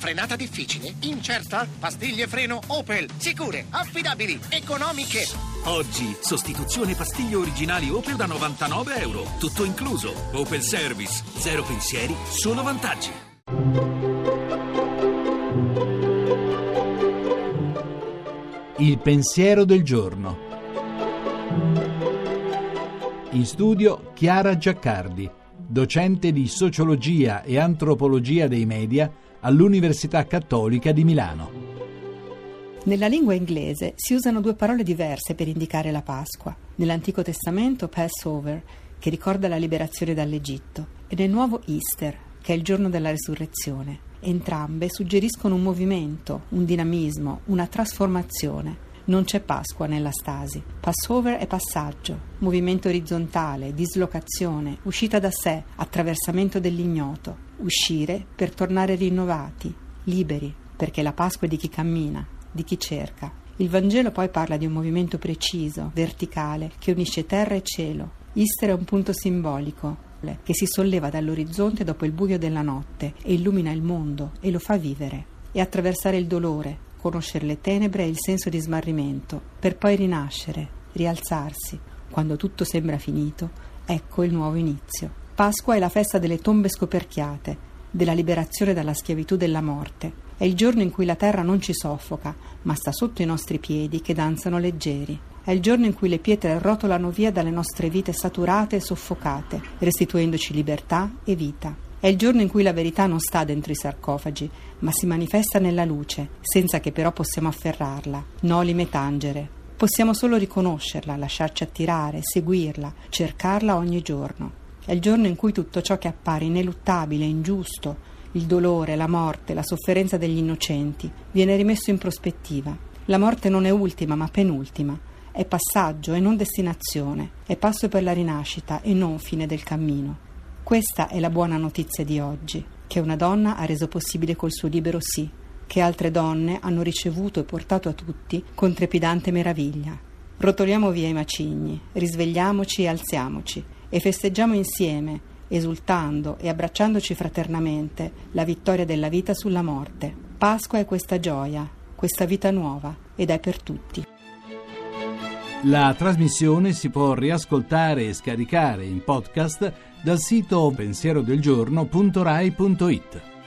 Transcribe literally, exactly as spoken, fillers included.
Frenata difficile? Incerta? Pastiglie freno Opel. Sicure, affidabili, economiche. Oggi, sostituzione pastiglie originali Opel da novantanove euro. Tutto incluso. Opel Service. Zero pensieri, solo vantaggi. Il pensiero del giorno. In studio Chiara Giaccardi, docente di sociologia e antropologia dei media all'Università Cattolica di Milano. Nella lingua inglese si usano due parole diverse per indicare la Pasqua. Nell'Antico Testamento Passover, che ricorda la liberazione dall'Egitto, e nel Nuovo Easter, che è il giorno della resurrezione. Entrambe suggeriscono un movimento, un dinamismo, una trasformazione. Non c'è Pasqua nella stasi. Passover è passaggio, movimento orizzontale, dislocazione, uscita da sé, attraversamento dell'ignoto, uscire per tornare rinnovati, liberi, perché la Pasqua è di chi cammina, di chi cerca. Il Vangelo poi parla di un movimento preciso, verticale, che unisce terra e cielo. Easter è un punto simbolico che si solleva dall'orizzonte dopo il buio della notte e illumina il mondo e lo fa vivere. E attraversare il dolore, conoscere le tenebre e il senso di smarrimento, per poi rinascere, rialzarsi. Quando tutto sembra finito, ecco il nuovo inizio. Pasqua è la festa delle tombe scoperchiate, della liberazione dalla schiavitù della morte. È il giorno in cui la terra non ci soffoca, ma sta sotto i nostri piedi che danzano leggeri. È il giorno in cui le pietre rotolano via dalle nostre vite saturate e soffocate, restituendoci libertà e vita. È il giorno in cui la verità non sta dentro i sarcofagi, ma si manifesta nella luce, senza che però possiamo afferrarla, nolime tangere. Possiamo solo riconoscerla, lasciarci attirare, seguirla, cercarla ogni giorno. È il giorno in cui tutto ciò che appare ineluttabile, ingiusto, il dolore, la morte, la sofferenza degli innocenti, viene rimesso in prospettiva. La morte non è ultima, ma penultima. È passaggio e non destinazione, è passo per la rinascita e non fine del cammino. Questa è la buona notizia di oggi, che una donna ha reso possibile col suo libero sì, che altre donne hanno ricevuto e portato a tutti con trepidante meraviglia. Rotoliamo via i macigni, risvegliamoci e alziamoci e festeggiamo insieme, esultando e abbracciandoci fraternamente, la vittoria della vita sulla morte. Pasqua è questa gioia, questa vita nuova, ed è per tutti. La trasmissione si può riascoltare e scaricare in podcast dal sito pensierodelgiorno punto rai punto it.